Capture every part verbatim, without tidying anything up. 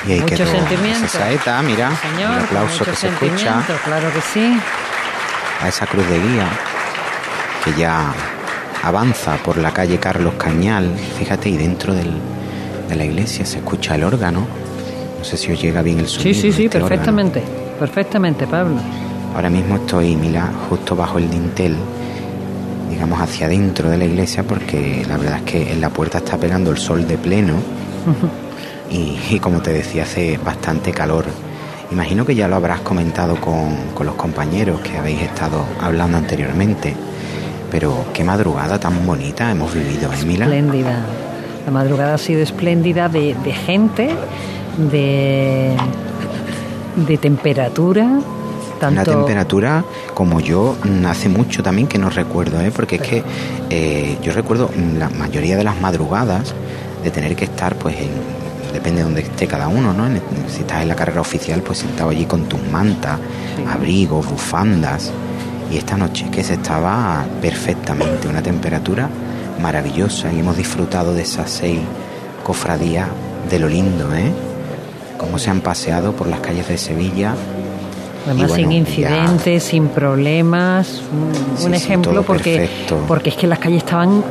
Y ahí mucho quedó sentimiento. esa saeta, mira, Señor, el aplauso mucho que se escucha sentimiento, claro que sí. a esa cruz de guía que ya avanza por la calle Carlos Cañal, fíjate, y dentro del, de la iglesia se escucha el órgano. No sé si os llega bien el sonido. Sí, sí, sí, este perfectamente, órgano. perfectamente, Pablo. Ahora mismo estoy, Mila, justo bajo el dintel, digamos hacia adentro de la iglesia, porque la verdad es que en la puerta está pegando el sol de pleno y, y como te decía, hace bastante calor. Imagino que ya lo habrás comentado con, con los compañeros que habéis estado hablando anteriormente, pero qué madrugada tan bonita hemos vivido, ¿eh, Mila? Espléndida. La madrugada ha sido espléndida de, de gente, de, de temperatura. Tanto... Una temperatura como yo hace mucho también que no recuerdo, ¿eh? Porque es que eh, yo recuerdo la mayoría de las madrugadas de tener que estar, pues, en, depende de donde esté cada uno, ¿no? En, si estás en la carrera oficial, pues sentado allí con tus mantas, sí, abrigos, bufandas. Y esta noche que se estaba perfectamente, una temperatura maravillosa, y hemos disfrutado de esas seis cofradías de lo lindo, ¿eh? Cómo se han paseado por las calles de Sevilla. Además, bueno, sin incidentes, ya... sin problemas. Un, sí, un ejemplo, sí, porque, porque es que las calles estaban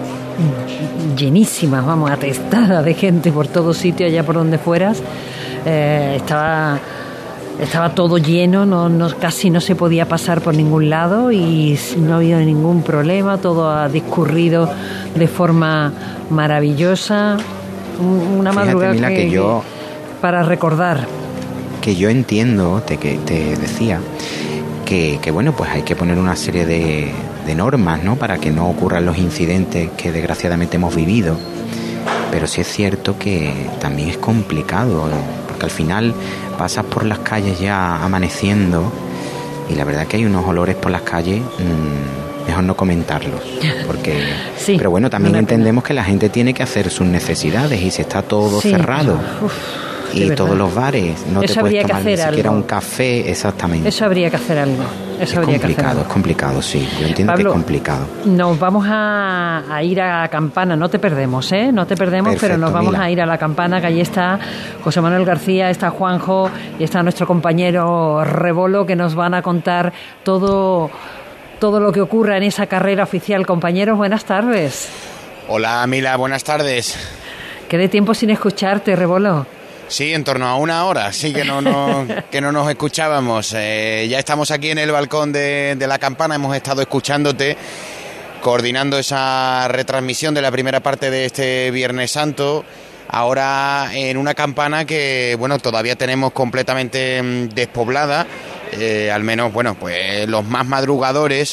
llenísimas, vamos, atestadas de gente por todo sitio, allá por donde fueras. Eh, estaba... Estaba todo lleno, no, no, casi no se podía pasar por ningún lado y no ha habido ningún problema, todo ha discurrido de forma maravillosa. Una Fíjate, madrugada Mila, que, que yo, para recordar. Que yo entiendo, te, que te decía, que, que bueno, pues hay que poner una serie de, de normas, ¿no? Para que no ocurran los incidentes que desgraciadamente hemos vivido. Pero sí es cierto que también es complicado, ¿no? Porque al final pasas por las calles ya amaneciendo y la verdad que hay unos olores por las calles, mmm, mejor no comentarlos, porque sí, pero bueno, también entendemos pena. Que la gente tiene que hacer sus necesidades y si está todo sí, cerrado uf, y todos los bares, no eso te puedes tomar ni siquiera algo. un café, exactamente. Eso habría que hacer algo. Eso es habría complicado, que hacer algo. es complicado, sí. Yo entiendo Pablo, que es complicado. Nos vamos a, a ir a Campana, no te perdemos, ¿eh? No te perdemos, perfecto, pero nos vamos Mila. a ir a la Campana, que allí está José Manuel García, está Juanjo y está nuestro compañero Rebolo, que nos van a contar todo, todo lo que ocurra en esa carrera oficial. Compañeros, buenas tardes. Hola, Mila, buenas tardes. Quedé tiempo sin escucharte, Rebolo. Sí, en torno a una hora, sí que no, no, que no nos escuchábamos. Eh, ya estamos aquí en el balcón de, de la Campana, hemos estado escuchándote, coordinando esa retransmisión de la primera parte de este Viernes Santo. Ahora en una Campana que, bueno, todavía tenemos completamente despoblada, eh, al menos, bueno, pues los más madrugadores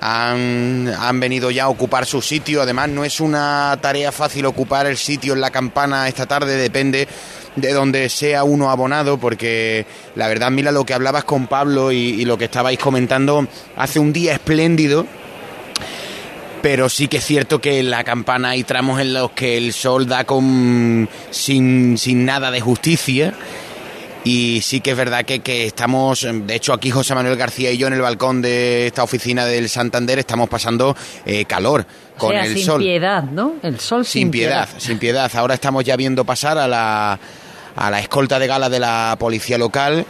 Han, han venido ya a ocupar su sitio. Además, no es una tarea fácil ocupar el sitio en la Campana esta tarde, depende de donde sea uno abonado, porque la verdad, mira, lo que hablabas con Pablo y, y lo que estabais comentando, hace un día espléndido, pero sí que es cierto que en la Campana hay tramos en los que el sol da con sin, sin nada de justicia. Y sí que es verdad que, que estamos, de hecho aquí José Manuel García y yo en el balcón de esta oficina del Santander estamos pasando eh, calor con o sea, el sin sol. Sin piedad, ¿no? El sol sin, sin piedad, piedad. Sin piedad. Ahora estamos ya viendo pasar a la, a la escolta de gala de la policía local,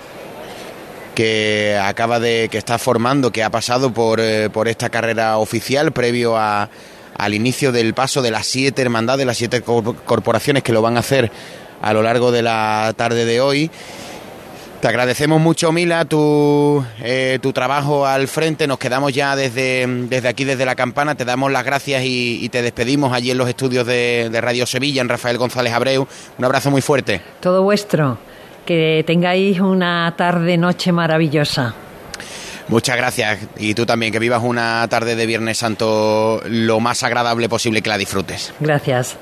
que acaba de, que está formando, que ha pasado por, eh, por esta carrera oficial previo a, al inicio del paso de las siete hermandades, las siete corporaciones que lo van a hacer a lo largo de la tarde de hoy. Te agradecemos mucho, Mila, tu, eh, tu trabajo al frente. Nos quedamos ya desde, desde aquí, desde la Campana. Te damos las gracias y, y te despedimos allí en los estudios de, de Radio Sevilla, en Rafael González Abreu. Un abrazo muy fuerte. Todo vuestro. Que tengáis una tarde-noche maravillosa. Muchas gracias. Y tú también, que vivas una tarde de Viernes Santo lo más agradable posible, que la disfrutes. Gracias.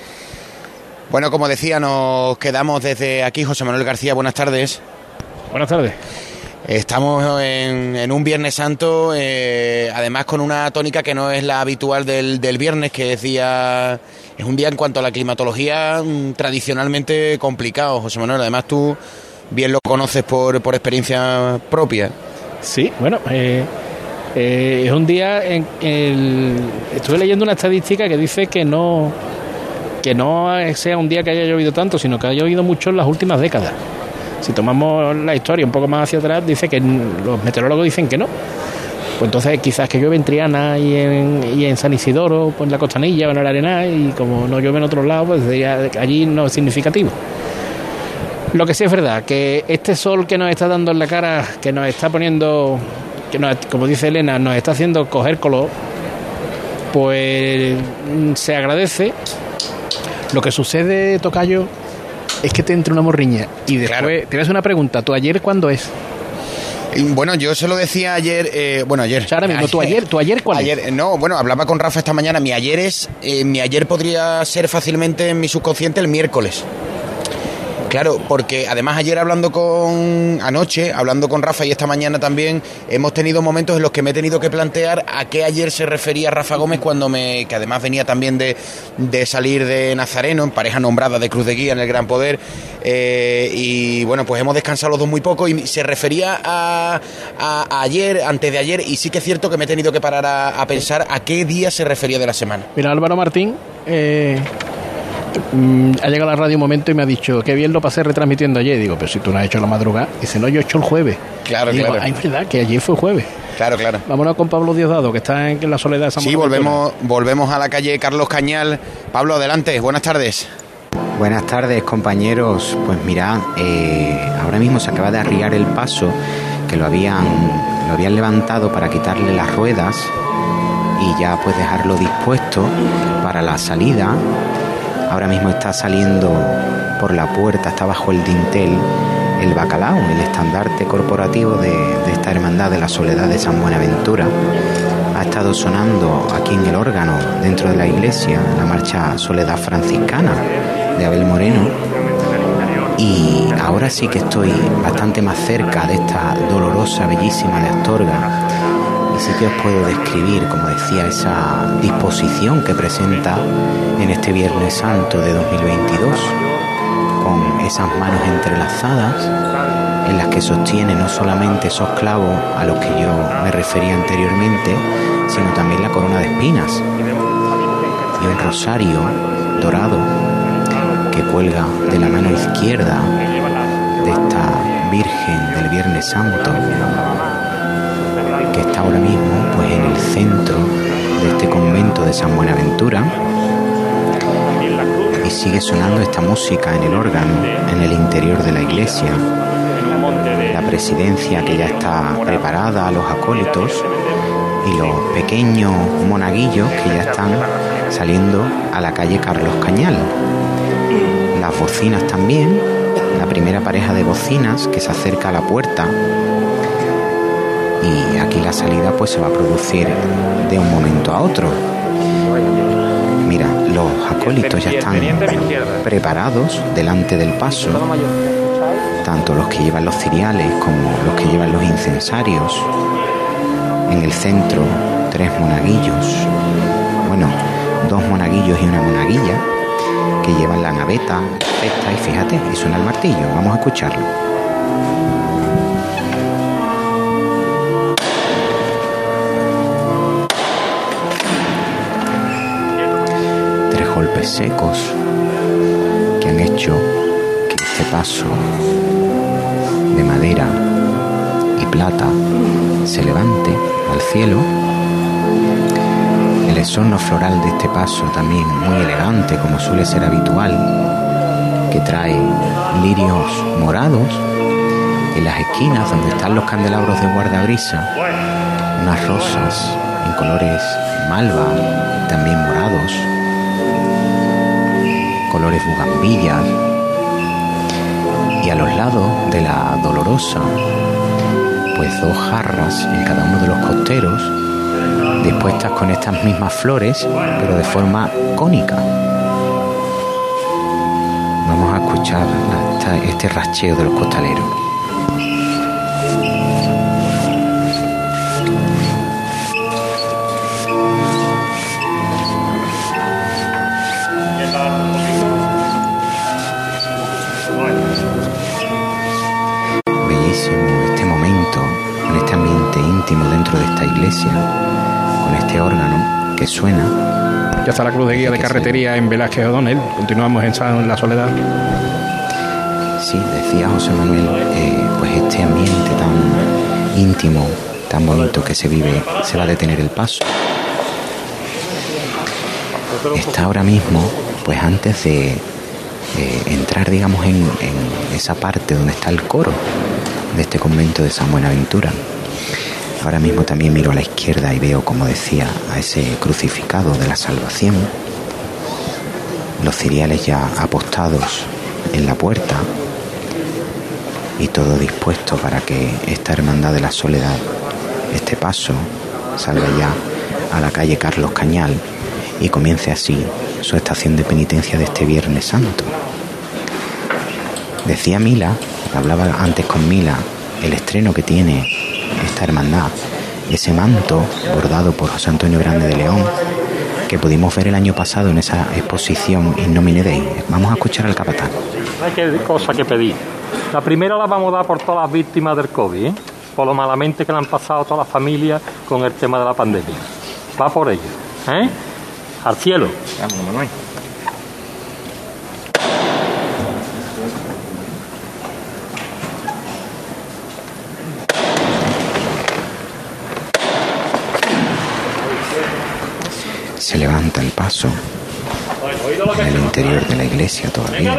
Bueno, como decía, nos quedamos desde aquí. José Manuel García, buenas tardes. Buenas tardes. Estamos en, en un Viernes Santo, eh, además con una tónica que no es la habitual del, del viernes, que es día, es un día en cuanto a la climatología tradicionalmente complicado. José Manuel, además tú bien lo conoces por, por experiencia propia. Sí, bueno, eh, eh, es un día en el... Estuve leyendo una estadística que dice que no, que no sea un día que haya llovido tanto, sino que haya llovido mucho en las últimas décadas. Si tomamos la historia un poco más hacia atrás, dice que los meteorólogos dicen que no. Pues entonces quizás que llueve en Triana y en, y en San Isidoro, pues en la Costanilla o en el Arenal, y como no llueve en otros lados, pues allí no es significativo. Lo que sí es verdad, que este sol que nos está dando en la cara, que nos está poniendo, que nos, como dice Elena, nos está haciendo coger color, pues se agradece. Lo que sucede, tocayo, es que te entra una morriña y después, claro, te voy a hacer una pregunta. ¿Tu ayer cuándo es? Bueno, yo se lo decía ayer, eh, bueno, ayer. O sea, ahora mismo, ¿tu ayer, tu ayer cuál ayer, es? No, bueno, hablaba con Rafa esta mañana, mi ayer es, eh, mi ayer podría ser fácilmente en mi subconsciente el miércoles. Claro, porque además ayer hablando con, anoche, hablando con Rafa y esta mañana también, hemos tenido momentos en los que me he tenido que plantear a qué ayer se refería Rafa Gómez cuando me, que además venía también de, de salir de Nazareno, en pareja nombrada de Cruz de Guía en el Gran Poder, eh, y bueno, pues hemos descansado los dos muy poco y se refería a, a, a ayer, antes de ayer, y sí que es cierto que me he tenido que parar a, a pensar a qué día se refería de la semana. Mira, Álvaro Martín, eh... ha llegado a la radio un momento y me ha dicho que bien lo pasé retransmitiendo ayer. Digo, pero si tú no has hecho la madrugada. Dice, no, yo he hecho el jueves. Claro, y digo, claro. Ay, es verdad que ayer fue jueves. Claro, claro. Vámonos con Pablo Diosdado, que está en la soledad de San Sí, volvemos, volvemos a la calle Carlos Cañal. Pablo, adelante, buenas tardes. Buenas tardes, compañeros. Pues mirad, eh, ahora mismo se acaba de arriar el paso, que lo habían, lo habían levantado para quitarle las ruedas y ya pues dejarlo dispuesto para la salida. Ahora mismo está saliendo por la puerta, está bajo el dintel, el bacalao, el estandarte corporativo de, de esta hermandad de la Soledad de San Buenaventura. Ha estado sonando aquí en el órgano, dentro de la iglesia, la marcha Soledad Franciscana de Abel Moreno. Y ahora sí que estoy bastante más cerca de esta dolorosa, bellísima de Astorga. Y sí que os puedo describir, como decía, esa disposición que presenta en este Viernes Santo de dos mil veintidós, con esas manos entrelazadas en las que sostiene no solamente esos clavos a los que yo me refería anteriormente, sino también la corona de espinas y un rosario dorado que cuelga de la mano izquierda de esta Virgen del Viernes Santo, que está ahora mismo pues en el centro de este convento de San Buenaventura. Y sigue sonando esta música en el órgano, en el interior de la iglesia. La presidencia que ya está preparada, los acólitos y los pequeños monaguillos que ya están saliendo a la calle Carlos Cañal. Las bocinas también, la primera pareja de bocinas que se acerca a la puerta. Y aquí la salida pues se va a producir de un momento a otro. Mira, los acólitos ya están preparados delante del paso, tanto los que llevan los ciriales como los que llevan los incensarios. En el centro, tres monaguillos, bueno, dos monaguillos y una monaguilla, que llevan la naveta, esta, y fíjate, y suena el martillo. Vamos a escucharlo. Golpes secos que han hecho que este paso de madera y plata se levante al cielo. El esorno floral de este paso, también muy elegante como suele ser habitual, que trae lirios morados en las esquinas donde están los candelabros de guardabrisa, unas rosas en colores malva, también morados, colores bugambillas, y a los lados de la dolorosa pues dos jarras en cada uno de los costeros, dispuestas con estas mismas flores pero de forma cónica. Vamos a escuchar esta, este racheo de los costaleros. Dentro de esta iglesia, con este órgano que suena. Ya está la cruz de guía de carretería en Velázquez O'Donnell. Continuamos en, San, en la Soledad. Sí, decía José Manuel, eh, pues este ambiente tan íntimo, tan bonito que se vive, se va a detener el paso. Está ahora mismo, pues antes de eh, entrar, digamos, en, en esa parte donde está el coro de este convento de San Buenaventura. Ahora mismo también miro a la izquierda y veo, como decía, a ese crucificado de la Salvación, los ciriales ya apostados en la puerta y todo dispuesto para que esta Hermandad de la Soledad, este paso, salga ya a la calle Carlos Cañal y comience así su estación de penitencia de este Viernes Santo. Decía Mila, hablaba antes con Mila, el estreno que tiene esta hermandad, ese manto bordado por José Antonio Grande de León, que pudimos ver el año pasado en esa exposición In Nomine Dei. Vamos a escuchar al capatán. Hay que cosas que pedir. La primera la vamos a dar por todas las víctimas del COVID, ¿eh? Por lo malamente que le han pasado a todas las familias con el tema de la pandemia. Va por ello, ¿eh? Al cielo. Vamos, Manuel. Se levanta el paso en el interior de la iglesia todavía,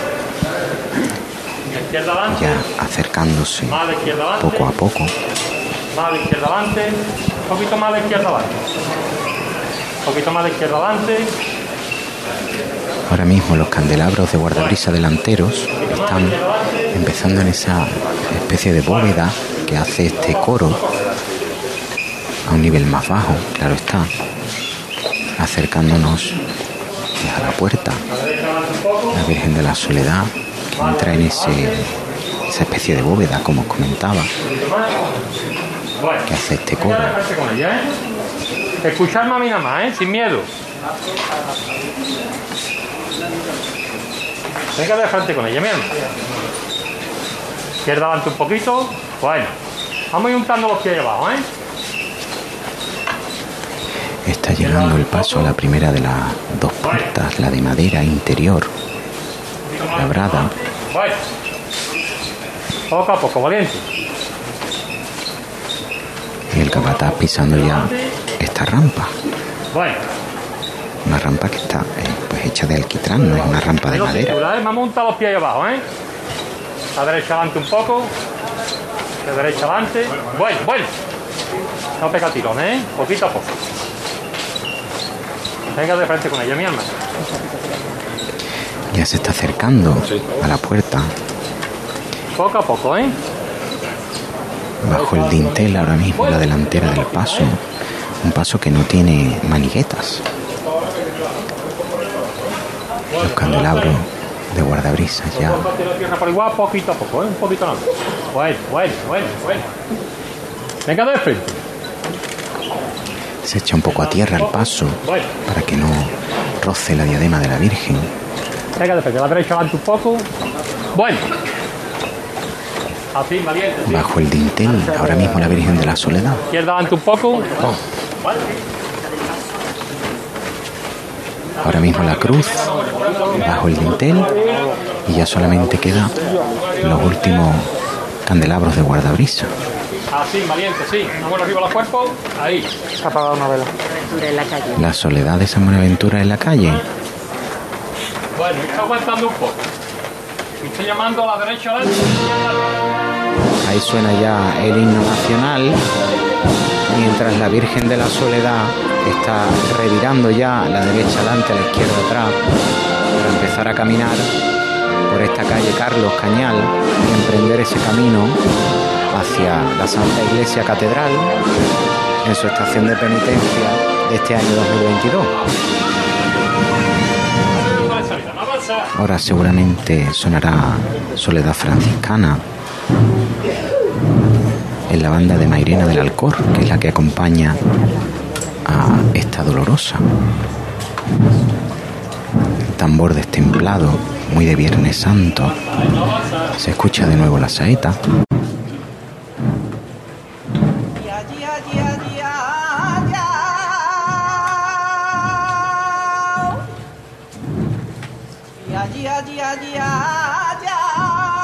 ya acercándose poco a poco. Más de izquierda adelante, un poquito más de izquierda adelante, un poquito más de izquierda adelante. Ahora mismo los candelabros de guardabrisa delanteros están empezando en esa especie de bóveda que hace este coro a un nivel más bajo, claro está, acercándonos a la puerta, la Virgen de la Soledad, que entra en ese, esa especie de bóveda, como os comentaba, que hace este coro. Escucharme a mí nada más, ¿eh? Sin miedo. Venga de frente con ella, mi hermano. Izquierda adelante un poquito. Bueno, vamos juntando los pies abajo, ¿eh? Está llegando el paso a la primera de las dos puertas, la de madera interior, labrada. Bueno, poco a poco, valiente. Y el capataz pisando ya esta rampa. Bueno. Una rampa que está eh, pues hecha de alquitrán, no es una rampa de madera. Vamos a montar los pies abajo, ¿eh? A derecha adelante un poco. De derecha adelante. Bueno, bueno. No pega tirón, ¿eh? Poquito a poco. Venga de frente con ella, mi hermano. Ya se está acercando a la puerta. Poco a poco, ¿eh? Bajo el dintel ahora mismo la delantera del paso. Un paso que no tiene maniguetas. Los candelabros de guardabrisas ya. Por igual, poquito a poco, ¿eh? Un poquito nada. Bueno, bueno, bueno, bueno. Venga de frente. Se echa un poco a tierra el paso para que no roce la diadema de la Virgen. Venga de frente, a la derecha adelante un poco. Bueno. Así, valiente. ¿Sí? Bajo el dintel, ahora mismo la Virgen de la Soledad. Izquierda adelante un poco. Oh. Ahora mismo la cruz, bajo el dintel, y ya solamente quedan los últimos candelabros de guardabrisa. Así, valiente, sí. Una mano arriba del cuerpo. Ahí. Se ha apagado una vela. En la calle. La Soledad de San Buenaventura en la calle. Bueno, está aguantando un poco. Estoy llamando a la derecha, a la derecha. Ahí suena ya el himno nacional, mientras la Virgen de la Soledad está revirando ya a la derecha adelante, a la izquierda atrás, para empezar a caminar por esta calle Carlos Cañal y emprender ese camino hacia la Santa Iglesia Catedral en su estación de penitencia de este año dos mil veintidós. Ahora seguramente sonará Soledad Franciscana en la banda de Mairena del Alcor, que es la que acompaña a esta dolorosa. El tambor destemplado, muy de Viernes Santo. Se escucha de nuevo la saeta. Ya, ya, ya, ya, ya.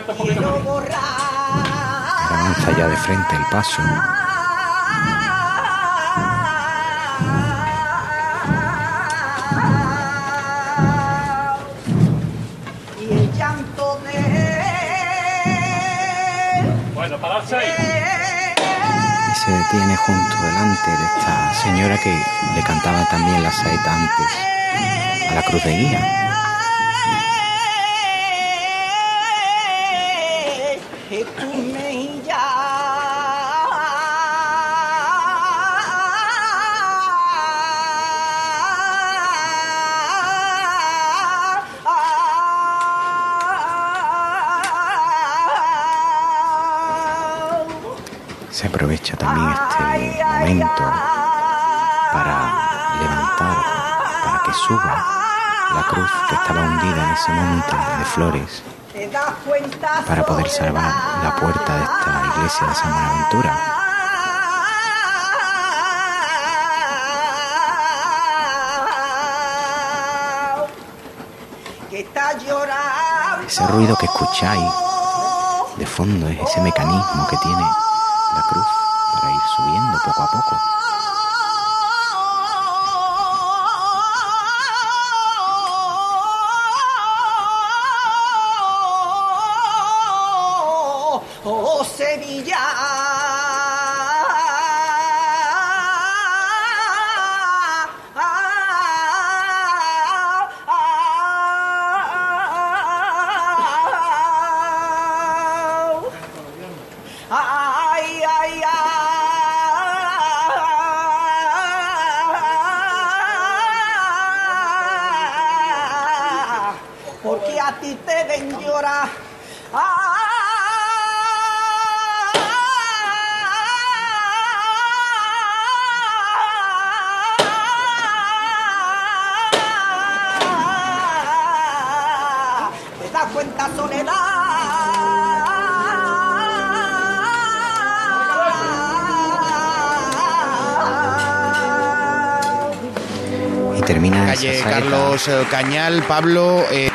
Ahora avanza ya de frente el paso. Y se detiene junto delante de esta señora que le cantaba también la saeta antes a la cruz de guía. Se aprovecha también este momento para levantar, para que suba la cruz que estaba hundida en ese monte de flores, para poder salvar la puerta de esta iglesia de San Buenaventura. Ese ruido que escucháis de fondo es ese mecanismo que tiene la cruz para ir subiendo poco a poco. Oh, Sevilla. Ay, ay, ay. Porque a ti te ven llorar. ¿Te das cuenta, Soledad? Y termina calle Carlos Cañal. Pablo, eh...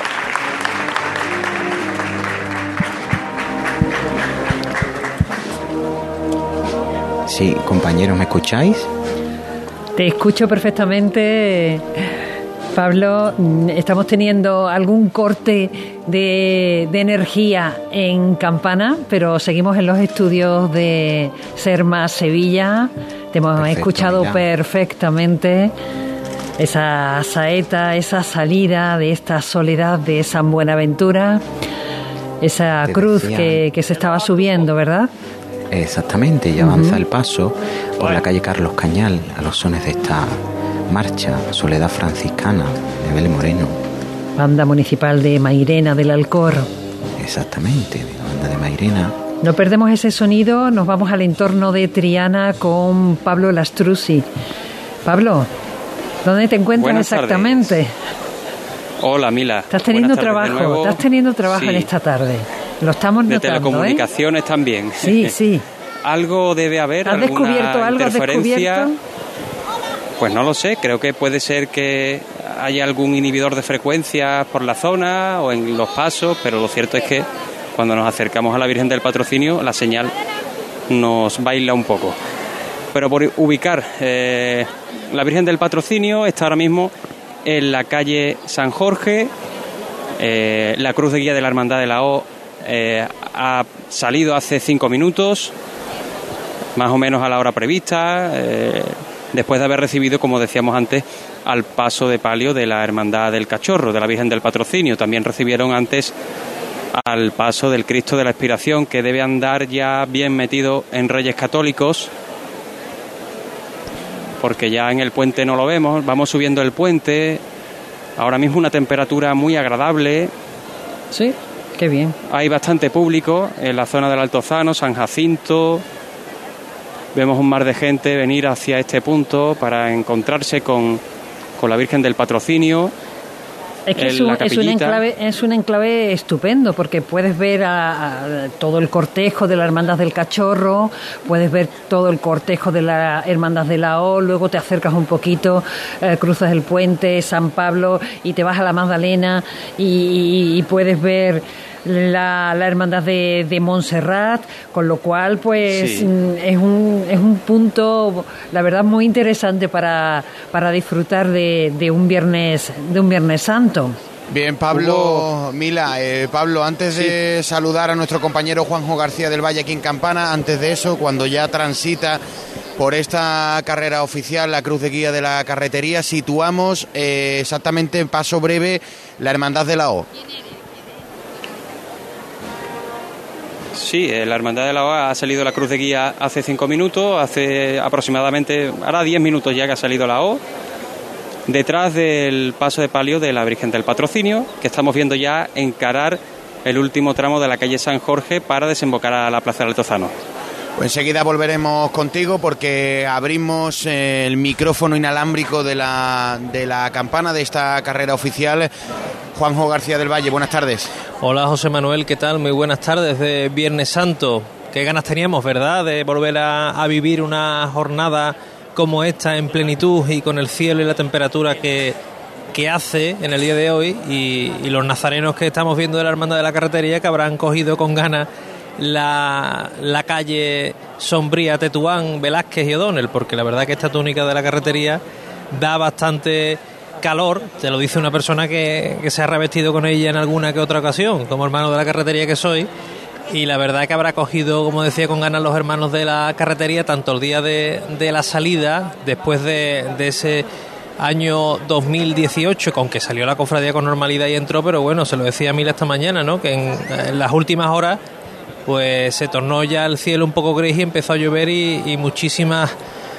sí, compañeros, ¿me escucháis? Te escucho perfectamente, Pablo. Estamos teniendo algún corte de, de energía en Campana, pero seguimos en los estudios de Ser Más Sevilla. Te hemos Perfecto, escuchado mira. perfectamente. Esa saeta, esa salida de esta soledad de San Buenaventura, esa Te cruz decía, que, que se estaba subiendo, ¿verdad? Exactamente, y avanza uh-huh. el paso por la calle Carlos Cañal a los sones de esta marcha Soledad Franciscana de Belén Moreno. Banda municipal de Mairena del Alcor. Exactamente, de la banda de Mairena. No perdemos ese sonido, nos vamos al entorno de Triana con Pablo Lastrucci. Pablo, ¿dónde te encuentras Buenas exactamente? Tardes. Hola, Mila. Estás teniendo trabajo, estás teniendo trabajo sí. en esta tarde. Lo estamos notando, de telecomunicaciones ¿eh? también. Sí, sí. Algo debe haber, ¿Has alguna descubierto algo? interferencia. ¿Has descubierto? Pues no lo sé, creo que puede ser que haya algún inhibidor de frecuencias por la zona o en los pasos, pero lo cierto es que cuando nos acercamos a la Virgen del Patrocinio la señal nos baila un poco. Pero por ubicar, eh, la Virgen del Patrocinio está ahora mismo en la calle San Jorge. eh, la cruz de guía de la Hermandad de la O eh, ha salido hace cinco minutos, más o menos a la hora prevista, eh, después de haber recibido, como decíamos antes, al paso de palio de la Hermandad del Cachorro, de la Virgen del Patrocinio. También recibieron antes al paso del Cristo de la Expiración, que debe andar ya bien metido en Reyes Católicos, porque ya en el puente no lo vemos. Vamos subiendo el puente, ahora mismo una temperatura muy agradable. Sí, qué bien. Hay bastante público en la zona del Altozano, San Jacinto. Vemos un mar de gente venir hacia este punto para encontrarse con, con la Virgen del Patrocinio. Es que es un, es, un enclave, es un enclave estupendo, porque puedes ver a, a todo el cortejo de la Hermandad del Cachorro, puedes ver todo el cortejo de la Hermandad de la O, luego te acercas un poquito, eh, cruzas el puente, San Pablo, y te vas a la Magdalena y, y, y puedes ver la, la hermandad de, de Montserrat, con lo cual pues sí. es un es un punto, la verdad, muy interesante para, para disfrutar de, de un viernes de un Viernes Santo. Bien, Pablo, Mila, eh, Pablo, antes de sí. saludar a nuestro compañero Juanjo García del Valle aquí en Campana, antes de eso, cuando ya transita por esta carrera oficial la cruz de guía de la carretería, situamos eh, exactamente en paso breve la Hermandad de la O. Sí, la Hermandad de la O ha salido la cruz de guía hace cinco minutos, hace aproximadamente, ahora diez minutos ya que ha salido la O, detrás del paso de palio de la Virgen del Patrocinio, que estamos viendo ya encarar el último tramo de la calle San Jorge para desembocar a la Plaza del Altozano. Pues enseguida volveremos contigo porque abrimos el micrófono inalámbrico de la, de la campana de esta carrera oficial. Juanjo García del Valle, buenas tardes. Hola José Manuel, ¿qué tal? Muy buenas tardes de Viernes Santo. Qué ganas teníamos, ¿verdad?, de volver a, a vivir una jornada como esta en plenitud y con el cielo y la temperatura que, que hace en el día de hoy, y, y los nazarenos que estamos viendo de la Hermandad de la Carretería, que habrán cogido con ganas la, la calle sombría Tetuán, Velázquez y O'Donnell, porque la verdad que esta túnica de la Carretería da bastante calor. Te lo dice una persona que, que se ha revestido con ella en alguna que otra ocasión, como hermano de la Carretería que soy. Y la verdad que habrá cogido, como decía, con ganas los hermanos de la Carretería, tanto el día de, de la salida, después de, de ese año dos mil dieciocho, con que salió la cofradía con normalidad y entró, pero bueno, se lo decía a Mila esta mañana, ¿no?, que en, en las últimas horas pues se tornó ya el cielo un poco gris y empezó a llover, y, y muchísimas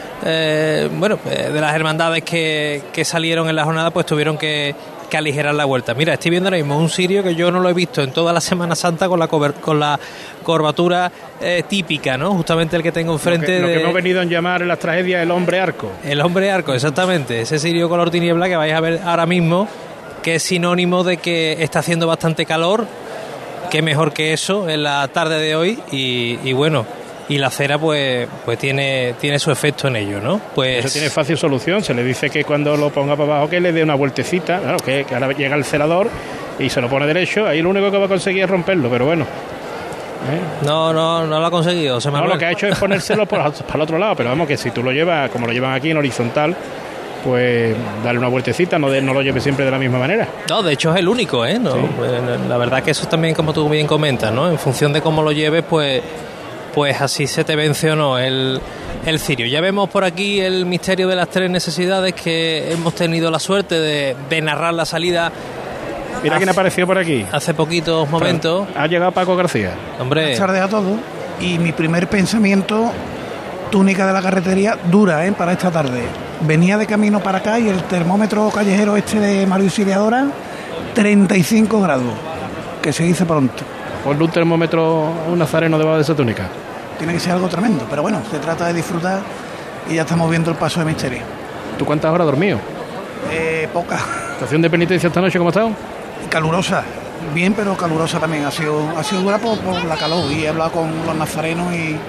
eh, bueno, de las hermandades que, que salieron en la jornada pues tuvieron que que aligerar la vuelta. Mira, estoy viendo ahora mismo un cirio que yo no lo he visto en toda la Semana Santa con la cover, con la curvatura eh, típica, ¿no? Justamente el que tengo enfrente. Lo que, de... lo que hemos venido a llamar en las tragedias el hombre arco. El hombre arco, exactamente. Ese cirio color tiniebla que vais a ver ahora mismo, que es sinónimo de que está haciendo bastante calor. Qué mejor que eso en la tarde de hoy, y, y bueno, y la cera pues pues tiene tiene su efecto en ello, ¿no? Pues eso tiene fácil solución. Se le dice que cuando lo ponga para abajo que le dé una vueltecita, claro, que, que ahora llega el cerador y se lo pone derecho, ahí lo único que va a conseguir es romperlo, pero bueno. ¿Eh? No, no, no lo ha conseguido. Se me no, lo que ha hecho es ponérselo por, para el otro lado, pero vamos, que si tú lo llevas, como lo llevan aquí en horizontal, pues darle una vueltecita, no, de, no lo lleves siempre de la misma manera. No, de hecho es el único, ¿eh? No, sí. La verdad que eso también, como tú bien comentas, ¿no? En función de cómo lo lleves, pues pues así se te vence o no el, el cirio. Ya vemos por aquí el misterio de las tres necesidades, que hemos tenido la suerte de, de narrar la salida. Mira hace, quién apareció por aquí. Hace poquitos momentos. Ha llegado Paco García. Hombre. Buenas tardes a todos. Y mi primer pensamiento, túnica de la Carretería, dura, ¿eh?, para esta tarde. Venía de camino para acá y el termómetro callejero este de Mario Auxiliadora, treinta y cinco grados, que se dice pronto. Ponle un termómetro a un nazareno debajo de esa túnica. Tiene que ser algo tremendo, pero bueno, se trata de disfrutar y ya estamos viendo el paso de misterio. ¿Tú cuántas horas has dormido? Eh, pocas. ¿Estación de penitencia esta noche cómo ha estado? Calurosa, bien, pero calurosa también. Ha sido, ha sido dura por, por la calor, y he hablado con los nazarenos y,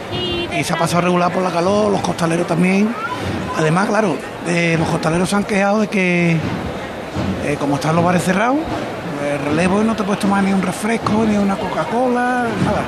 y se ha pasado regular por la calor, los costaleros también. Además, claro, eh, los costaleros se han quejado de que, eh, como están los bares cerrados, el relevo y no te puedes tomar ni un refresco, ni una Coca-Cola, nada.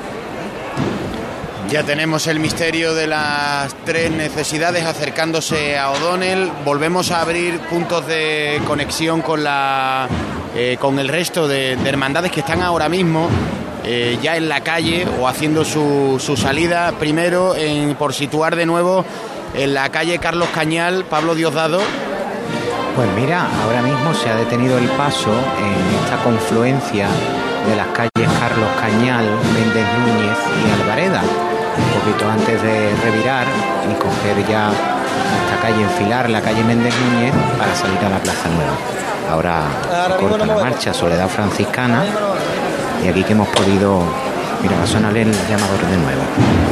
Ya tenemos el misterio de las tres necesidades acercándose a O'Donnell. Volvemos a abrir puntos de conexión con la eh, con el resto de, de hermandades que están ahora mismo eh, ya en la calle o haciendo su, su salida. Primero, en, por situar de nuevo en la calle Carlos Cañal, Pablo Diosdado. Pues mira, ahora mismo se ha detenido el paso en esta confluencia de las calles Carlos Cañal, Méndez Núñez y Alvareda, un poquito antes de revirar y coger ya esta calle, enfilar la calle Méndez Núñez para salir a la Plaza Nueva. Ahora corta la marcha Soledad Franciscana, y aquí que hemos podido, mira, va a sonar el llamador de nuevo.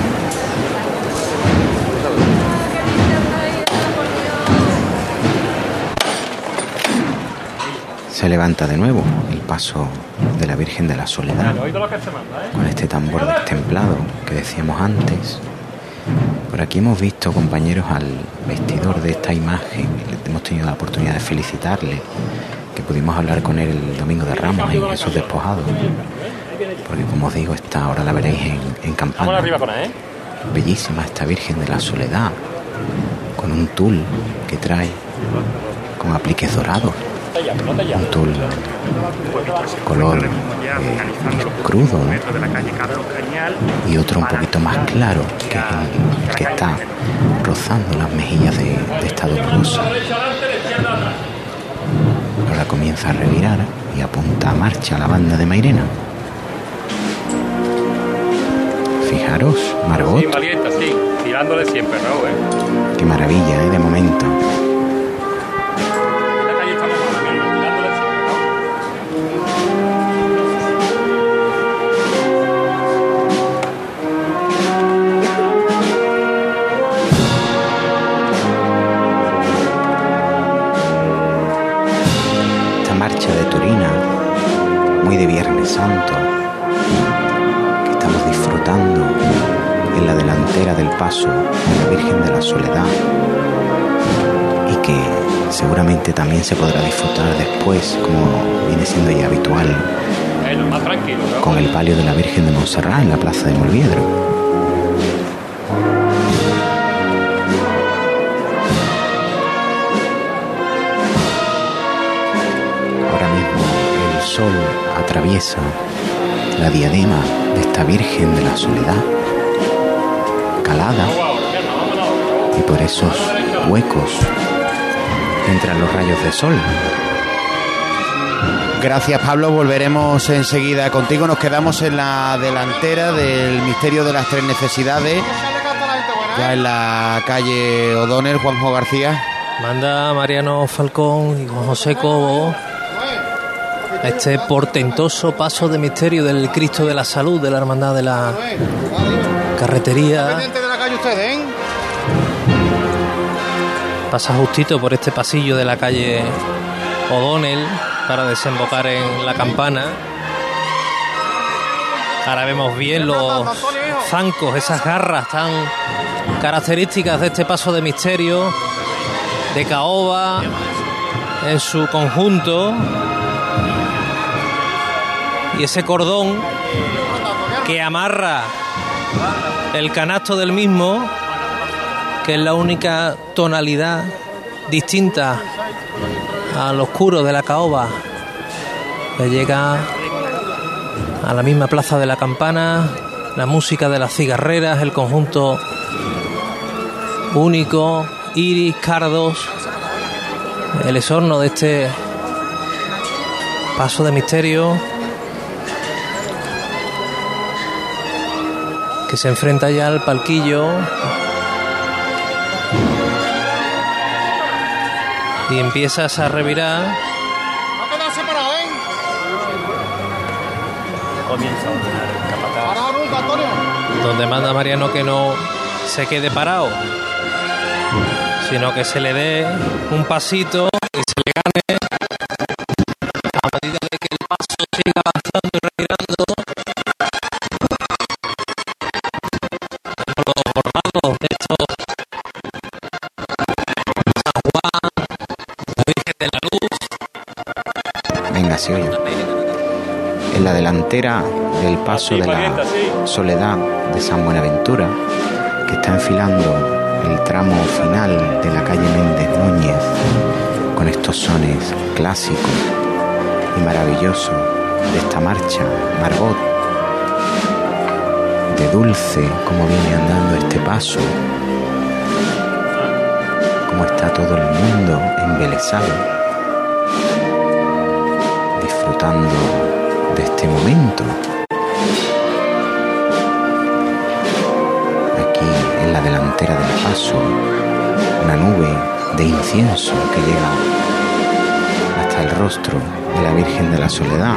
Se levanta de nuevo el paso de la Virgen de la Soledad con este tambor destemplado que decíamos antes. Por aquí hemos visto, compañeros, al vestidor de esta imagen, hemos tenido la oportunidad de felicitarle, que pudimos hablar con él el domingo de Ramos en Jesús Despojado, porque como os digo, esta ahora la veréis en, en Campana. Bellísima esta Virgen de la Soledad, con un tul que trae con apliques dorados, un tul color eh, crudo, ¿no? Y otro un poquito más claro, que es el, el que está rozando las mejillas de, de esta dolorosa. Ahora comienza a revirar y apunta a marcha la banda de Mairena. Fijaros, Margot. Sí, valiente, sí, tirándole siempre, ¿no? ¿Eh? Qué maravilla, ¿eh? De momento. Esta marcha de Turina, muy de Viernes Santo, que estamos disfrutando en la delantera del paso de la Virgen de la Soledad, y que seguramente también se podrá disfrutar después, como viene siendo ya habitual, más tranquilo, ¿no? con el palio de la Virgen de Montserrat en la plaza de Molviedro. Ahora mismo el sol atraviesa la diadema de esta Virgen de la Soledad, calada, y por esos huecos entran los rayos de sol. Gracias, Pablo, volveremos enseguida contigo. Nos quedamos en la delantera del Misterio de las Tres Necesidades, ya en la calle O'Donnell. Juanjo García. Manda Mariano Falcón y Juan José Cobo este portentoso paso de misterio del Cristo de la Salud de la Hermandad de la Carretería. Pasa justito por este pasillo de la calle O'Donnell para desembocar en la Campana. Ahora vemos bien los zancos, esas garras tan características de este paso de misterio de caoba en su conjunto, y ese cordón que amarra el canasto del mismo, que es la única tonalidad distinta al oscuro de la caoba, que llega a la misma plaza de la Campana. La música de las cigarreras, el conjunto único, iris, cardos, el esorno de este paso de misterio que se enfrenta ya al palquillo y empiezas a revirar. No quedas separado, ¿eh? Comienza a ordenar el capataz, donde manda Mariano que no se quede parado, sino que se le dé un pasito y se le gane a medida de que el paso siga avanzando y revirando por los bordados de estos San Juan, la Virgen de la Luz. Venga, se oye. En la delantera del paso de la Soledad de San Buenaventura, que está enfilando el tramo final de la calle Méndez Núñez, con estos sones clásicos y maravillosos de esta marcha, Margot, de dulce como viene andando este paso, como está todo el mundo embelesado, disfrutando de este momento. Aquí en la delantera del paso, una nube de incienso que llega hasta el rostro de la Virgen de la Soledad.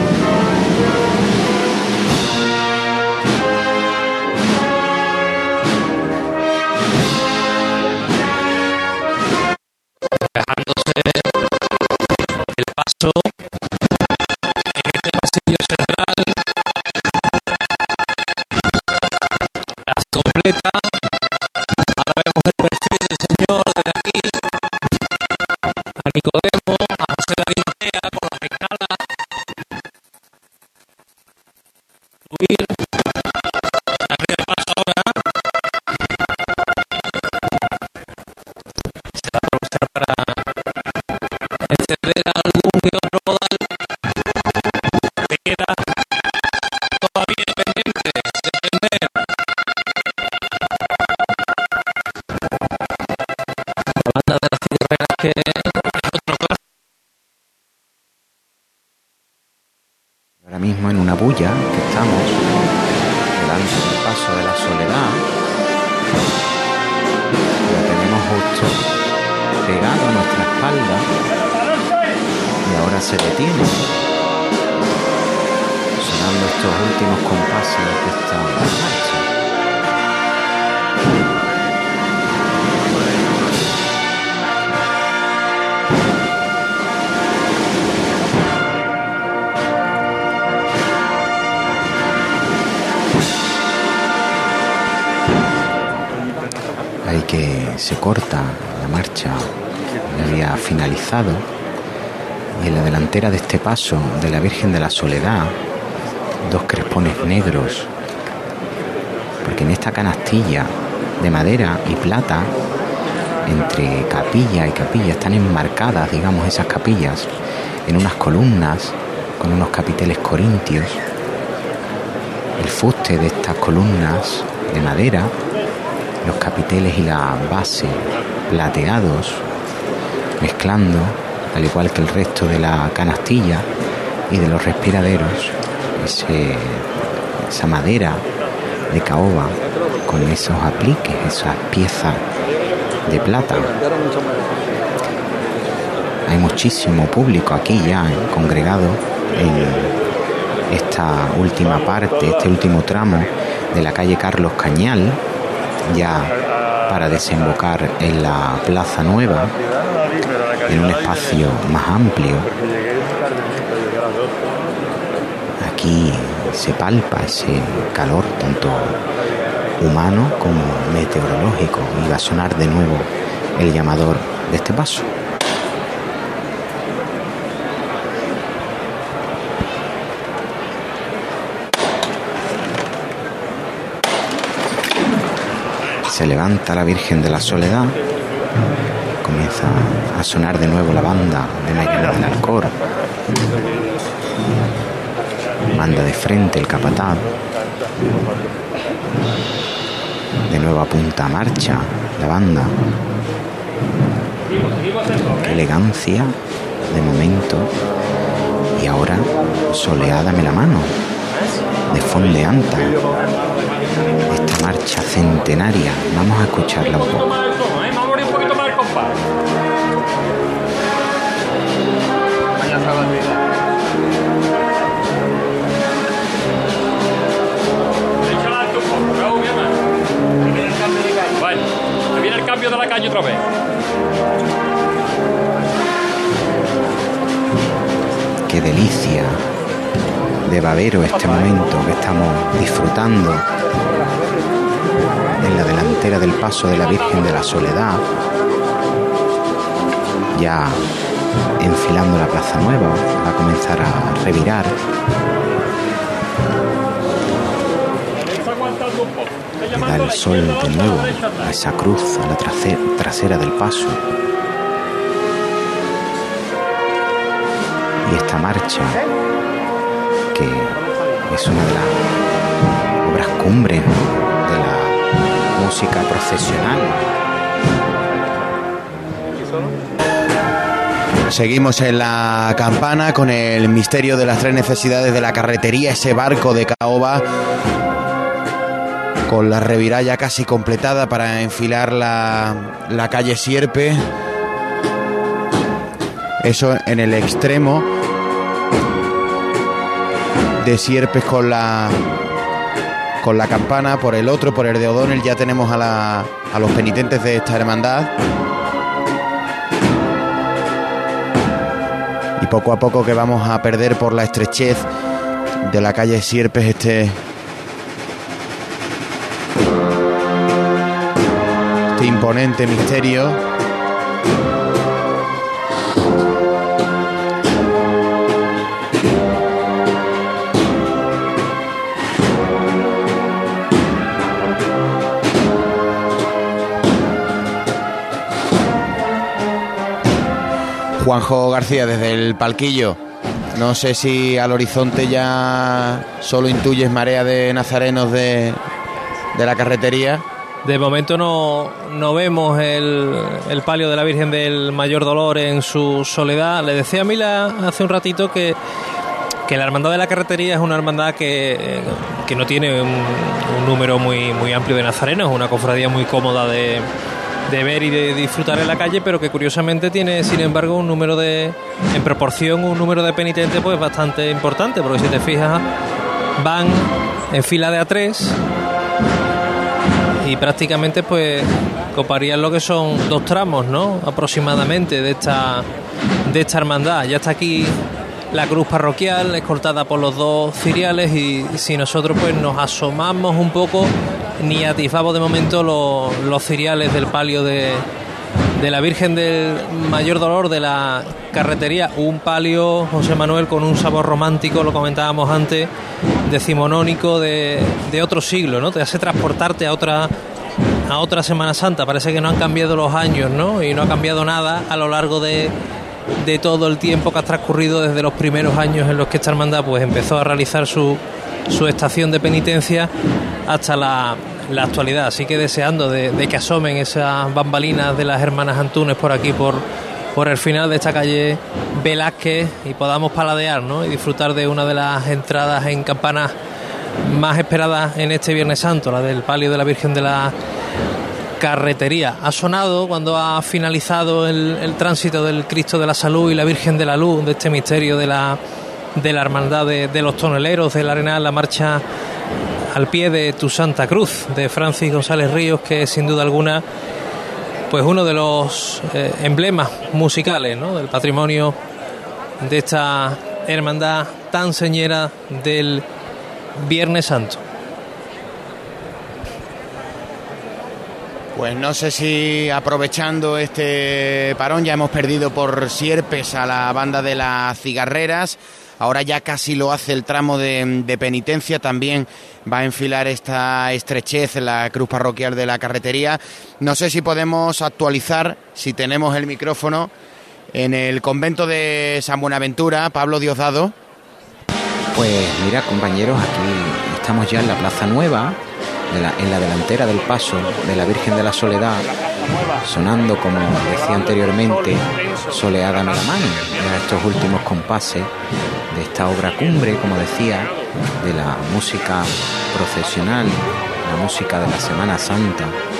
Dejándose el paso en este pasillo central, las completa. Ahora vemos el perfil del Señor desde aquí, a Nicodemo, a José David Ortega, subir arriba el paso ahora. Se va a aprovechar para encender algún que otro modal que queda todavía pendiente de encender. La banda de las cigarreras, que es otro clásico. Ahora mismo en una bulla que estamos delante del paso de la Soledad, lo tenemos justo pegado a nuestra espalda y ahora se detiene, sonando estos últimos compases de esta marcha. Hay que se corta la marcha, ya había finalizado, y en la delantera de este paso de la Virgen de la Soledad, dos crespones negros, porque en esta canastilla de madera y plata, entre capilla y capilla, están enmarcadas, digamos, esas capillas en unas columnas con unos capiteles corintios. El fuste de estas columnas de madera, los capiteles y la base plateados, mezclando, al igual que el resto de la canastilla y de los respiraderos, ese, esa madera de caoba con esos apliques, esas piezas de plata. Hay muchísimo público aquí ya, ¿eh?, congregado en esta última parte, este último tramo de la calle Carlos Cañal, ya para desembocar en la Plaza Nueva, en un espacio más amplio. Aquí se palpa ese calor tanto humano como meteorológico, y va a sonar de nuevo el llamador de este paso. Se levanta la Virgen de la Soledad, comienza a sonar de nuevo la banda de Mairena del Alcor, manda de frente el capataz, de nuevo apunta a marcha la banda. Qué elegancia de momento, y ahora soleádame la mano de fondeanta esta marcha centenaria. Vamos a escucharla un poco. Vale, me viene el cambio de la calle otra vez. Qué delicia de babero este momento que estamos disfrutando en la delantera del paso de la Virgen de la Soledad, ya enfilando la Plaza Nueva. Va a comenzar a revirar. Le da el sol de nuevo a esa cruz, a la trasera del paso. Y esta marcha, que es una de las obras cumbres de la música procesional. Seguimos en la campana con el misterio de las tres necesidades de la carretería, ese barco de caoba con la reviralla casi completada para enfilar la, la calle Sierpe. Eso en el extremo de Sierpes con la con la campana. Por el otro, por el de O'Donnell, ya tenemos a, la, a los penitentes de esta hermandad. Y poco a poco que vamos a perder por la estrechez de la calle Sierpes este, este imponente misterio. Juanjo García, desde el palquillo, no sé si al horizonte ya solo intuyes marea de nazarenos de, de la carretería. De momento no, no vemos el, el palio de la Virgen del Mayor Dolor en su soledad. Le decía a Mila hace un ratito que, que la Hermandad de la Carretería es una hermandad que, que no tiene un, un número muy, muy amplio de nazarenos, una cofradía muy cómoda de, de ver y de disfrutar en la calle, pero que curiosamente tiene, sin embargo, un número de, en proporción, un número de penitentes pues bastante importante, porque si te fijas, van en fila de a tres y prácticamente pues coparían lo que son dos tramos, ¿no?, aproximadamente de esta de esta hermandad. Ya está aquí la cruz parroquial escoltada por los dos ciriales, y si nosotros pues nos asomamos un poco, ni atisbamos de momento los, los ciriales del palio de, de la Virgen del Mayor Dolor de la Carretería. Un palio, José Manuel, con un sabor romántico, lo comentábamos antes, decimonónico, de, de otro siglo, ¿no? Te hace transportarte a otra a otra Semana Santa. Parece que no han cambiado los años, ¿no? Y no ha cambiado nada a lo largo de, de todo el tiempo que ha transcurrido desde los primeros años en los que esta hermandad pues empezó a realizar su, su estación de penitencia hasta la, la actualidad. Así que deseando de, de que asomen esas bambalinas de las hermanas Antúnez por aquí, por, por el final de esta calle Velázquez, y podamos paladear, ¿no?, y disfrutar de una de las entradas en campanas más esperadas en este Viernes Santo, la del palio de la Virgen de la Carretería. Ha sonado cuando ha finalizado el, el tránsito del Cristo de la Salud y la Virgen de la Luz, de este misterio de la, de la hermandad de, de los toneleros del Arenal, la marcha Al pie de tu Santa Cruz, de Francis González Ríos, que es sin duda alguna pues uno de los eh, emblemas musicales, ¿no?, del patrimonio de esta hermandad tan señera del Viernes Santo. Pues no sé si aprovechando este parón ya hemos perdido por sierpes a la banda de las cigarreras. Ahora ya casi lo hace el tramo de, de penitencia. También va a enfilar esta estrechez la cruz parroquial de la Carretería. No sé si podemos actualizar, si tenemos el micrófono, en el convento de San Buenaventura. Pablo Diosdado. Pues mira, compañeros, aquí estamos ya en la Plaza Nueva, de la, en la delantera del paso de la Virgen de la Soledad, sonando, como decía anteriormente, Soleádame la mano, de estos últimos compases de esta obra cumbre, como decía, de la música procesional, la música de la Semana Santa.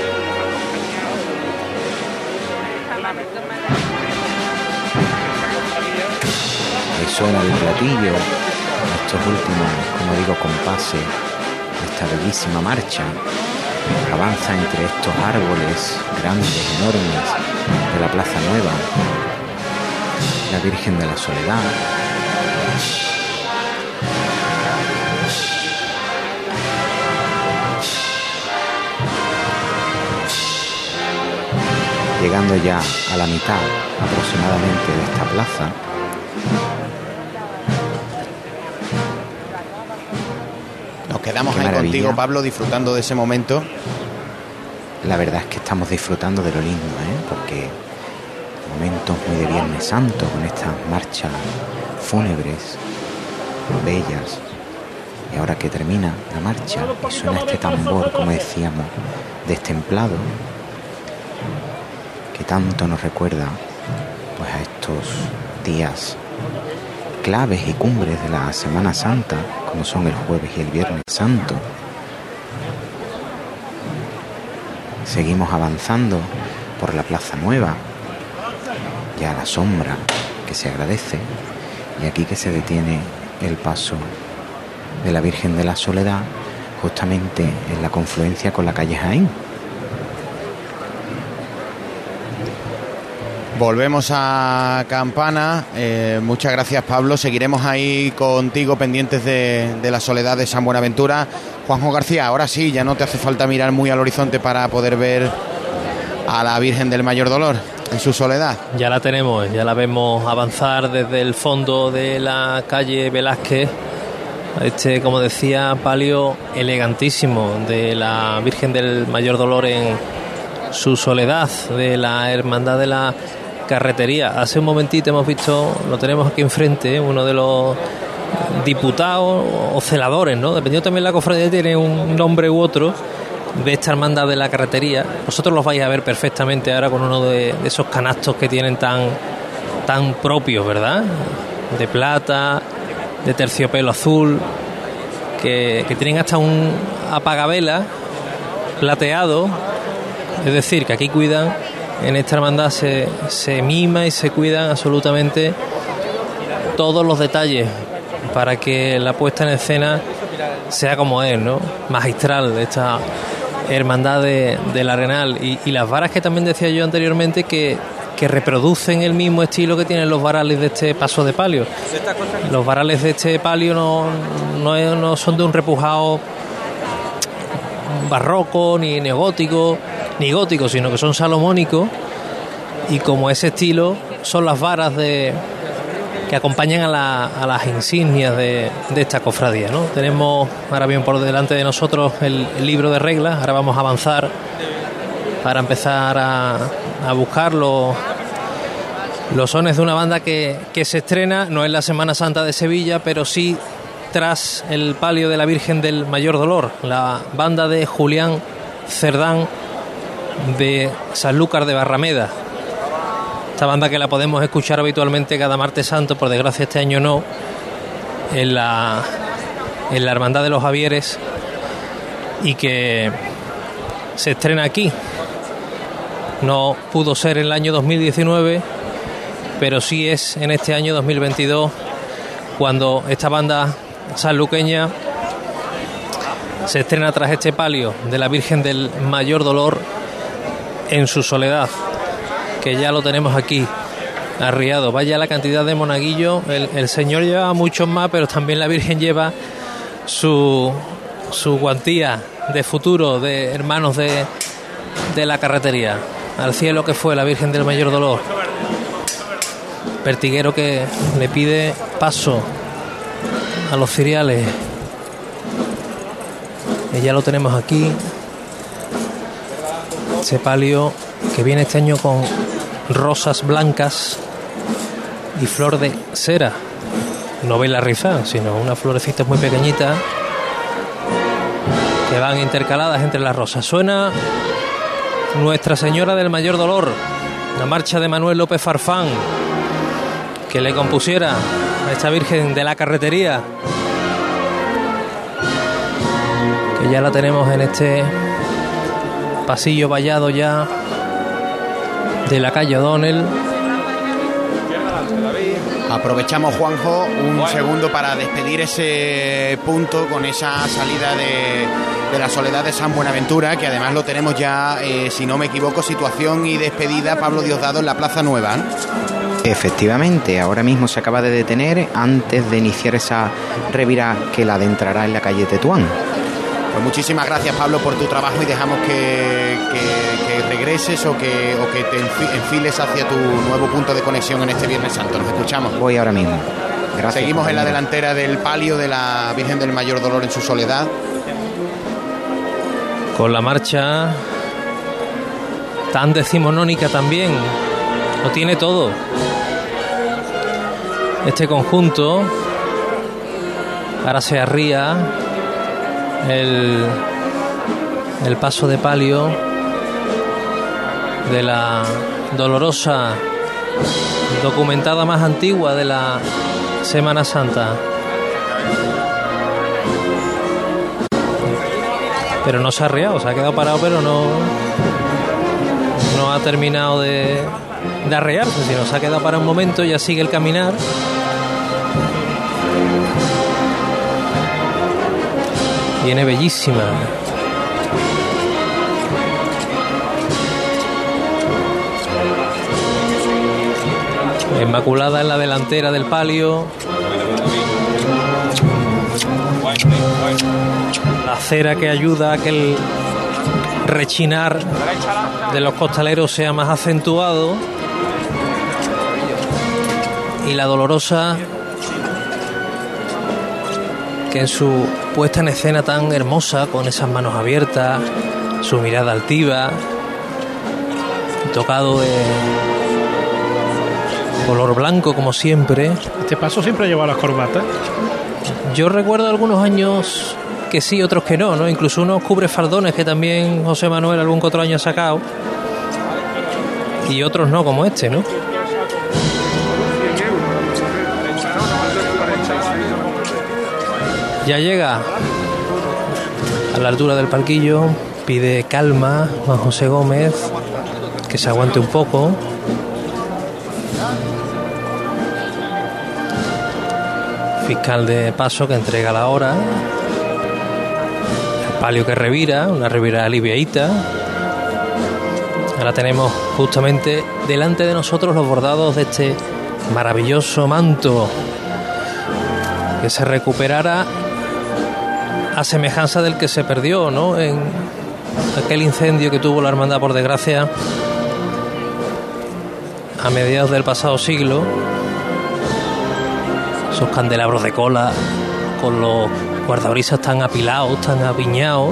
Ahí suena el platillo, estos últimos, como digo, compases de esta bellísima marcha. Avanza entre estos árboles grandes, enormes, de la Plaza Nueva, la Virgen de la Soledad. Llegando ya a la mitad aproximadamente de esta plaza, nos quedamos ahí contigo, Pablo, disfrutando de ese momento. La verdad es que estamos disfrutando de lo lindo, ¿eh? Porque momentos muy de Viernes Santo, con estas marchas fúnebres, bellas. Y ahora que termina la marcha y suena este tambor, como decíamos, destemplado, que tanto nos recuerda pues a estos días claves y cumbres de la Semana Santa, como son el Jueves y el Viernes Santo. Seguimos avanzando por la Plaza Nueva, ya a la sombra, que se agradece, y aquí que se detiene el paso de la Virgen de la Soledad, justamente en la confluencia con la calle Jaén. Volvemos a Campana. Eh, muchas gracias, Pablo. Seguiremos ahí contigo, pendientes de, de la Soledad de San Buenaventura. Juanjo García, ahora sí, ya no te hace falta mirar muy al horizonte para poder ver a la Virgen del Mayor Dolor en su soledad. Ya la tenemos, ya la vemos avanzar desde el fondo de la calle Velázquez. Este, como decía, palio elegantísimo de la Virgen del Mayor Dolor en su soledad, de la Hermandad de la Carretería. Hace un momentito hemos visto, lo tenemos aquí enfrente, uno de los diputados o celadores, ¿no? Dependiendo también de la cofradía, tiene un nombre u otro, de esta hermandad de la Carretería. Vosotros los vais a ver perfectamente ahora con uno de, de esos canastos que tienen tan, tan propios, ¿verdad? De plata, de terciopelo azul, que, que tienen hasta un apagavela plateado. Es decir, que aquí cuidan, en esta hermandad se, se mima y se cuidan absolutamente todos los detalles para que la puesta en escena sea como es, ¿no? Magistral de esta hermandad de, del Arenal. Y, y las varas que también decía yo anteriormente que, que reproducen el mismo estilo que tienen los varales de este paso de palio. Los varales de este palio no, no, no son de un repujado barroco, ni neogótico, ni gótico, sino que son salomónicos, y como ese estilo son las varas de que acompañan a, la, a las insignias de, de esta cofradía, ¿no? Tenemos ahora bien por delante de nosotros el, el libro de reglas. Ahora vamos a avanzar para empezar a, a buscar los, los sones de una banda que, que se estrena, no en la Semana Santa de Sevilla, pero sí tras el palio de la Virgen del Mayor Dolor, la banda de Julián Cerdán de Sanlúcar de Barrameda. Esta banda que la podemos escuchar habitualmente cada martes santo, por desgracia este año no, en la, en la Hermandad de los Javieres, y que se estrena aquí. No pudo ser en el año dos mil diecinueve, pero sí es en este año dos mil veintidós cuando esta banda sanluqueña se estrena tras este palio de la Virgen del Mayor Dolor en su soledad, que ya lo tenemos aquí arriado. Vaya la cantidad de monaguillos. El, el Señor lleva muchos más, pero también la Virgen lleva su, su guantía de futuro, de hermanos de, de la Carretería. Al cielo que fue la Virgen del Mayor Dolor. Pertiguero que le pide paso a los ciriales. Y ya lo tenemos aquí. Ese palio que viene este año con rosas blancas y flor de cera. No vela rizada, sino unas florecitas muy pequeñitas que van intercaladas entre las rosas. Suena Nuestra Señora del Mayor Dolor, la marcha de Manuel López Farfán, que le compusiera a esta Virgen de la Carretería, que ya la tenemos en este pasillo vallado ya de la calle O'Donnell. Aprovechamos, Juanjo, un segundo para despedir ese punto con esa salida de, de la Soledad de San Buenaventura, que además lo tenemos ya, eh, si no me equivoco, situación y despedida, Pablo Diosdado, en la Plaza Nueva, ¿no? Efectivamente, ahora mismo se acaba de detener antes de iniciar esa revirada que la adentrará en la calle Tetuán. Pues muchísimas gracias, Pablo, por tu trabajo, y dejamos que, que, que regreses o que, o que te enfiles hacia tu nuevo punto de conexión en este Viernes Santo. Nos escuchamos. Voy ahora mismo. Gracias. Seguimos compañero. en la delantera del palio de la Virgen del Mayor Dolor en su soledad. Con la marcha tan decimonónica también. Lo tiene todo. Este conjunto ahora se arría el, el paso de palio de la dolorosa documentada más antigua de la Semana Santa. Pero no se ha arriado, se ha quedado parado, pero no, no ha terminado de, de arrearse, sino se ha quedado para un momento, ya sigue el caminar. Viene bellísima. Inmaculada en la delantera del palio. La cera que ayuda a que el rechinar de los costaleros sea más acentuado. Y la dolorosa, que en su puesta en escena tan hermosa, con esas manos abiertas, su mirada altiva, tocado de, color blanco como siempre. Este paso siempre ha llevado las corbatas. Yo recuerdo algunos años que sí, otros que no, ¿no? Incluso unos cubrefaldones que también José Manuel algún que otro año ha sacado. Y otros no, como este, ¿no? Ya llega a la altura del palquillo, pide calma Juan José Gómez, que se aguante un poco. Fiscal de paso que entrega la hora. El palio que revira, una revira aliviadita. Ahora tenemos justamente delante de nosotros los bordados de este maravilloso manto que se recuperara a semejanza del que se perdió, ¿no? En aquel incendio que tuvo la hermandad, por desgracia, a mediados del pasado siglo. Esos candelabros de cola con los guardabrisas tan apilados, tan apiñados.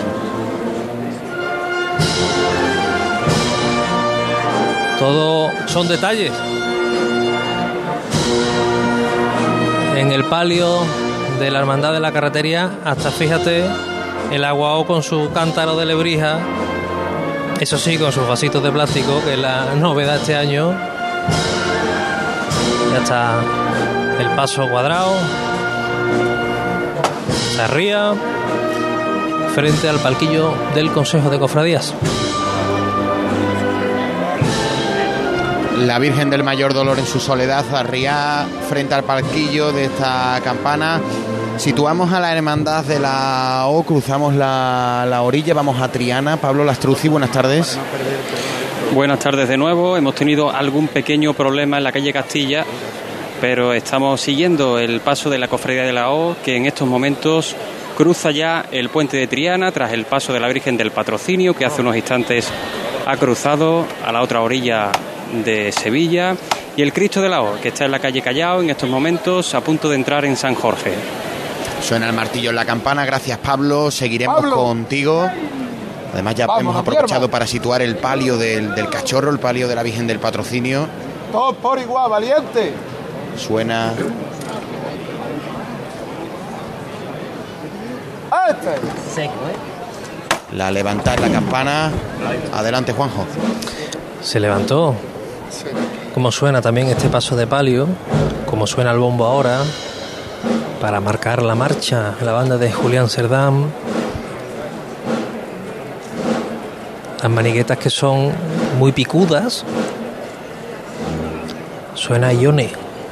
Todo son detalles. En el palio de la Hermandad de la Carretería, hasta fíjate, el aguao con su cántaro de lebrija, eso sí, con sus vasitos de plástico, que es la novedad este año. Ya está el paso cuadrado, se arría frente al palquillo del Consejo de Cofradías. La Virgen del Mayor Dolor en su soledad arría frente al palquillo de esta campana. Situamos a la Hermandad de la O, cruzamos la, la orilla, vamos a Triana. Pablo Lastruzzi, buenas tardes. Buenas tardes de nuevo. Hemos tenido algún pequeño problema en la calle Castilla, pero estamos siguiendo el paso de la Cofradía de la O, que en estos momentos cruza ya el puente de Triana tras el paso de la Virgen del Patrocinio, que hace unos instantes ha cruzado a la otra orilla de Sevilla, y el Cristo de la O, que está en la calle Callao en estos momentos, a punto de entrar en San Jorge. Suena el martillo en la campana. Gracias, Pablo. Seguiremos Pablo. contigo. Además ya Vamos, hemos aprovechado para situar el palio del, del cachorro, el palio de la Virgen del Patrocinio. Todos por igual, valiente. Suena. Este. Seco, ¿eh? La levantada en la campana. Adelante, Juanjo. Se levantó. Como suena también este paso de palio, como suena el bombo ahora, para marcar la marcha, la banda de Julián Cerdán. Las maniguetas que son muy picudas. Suena Ione.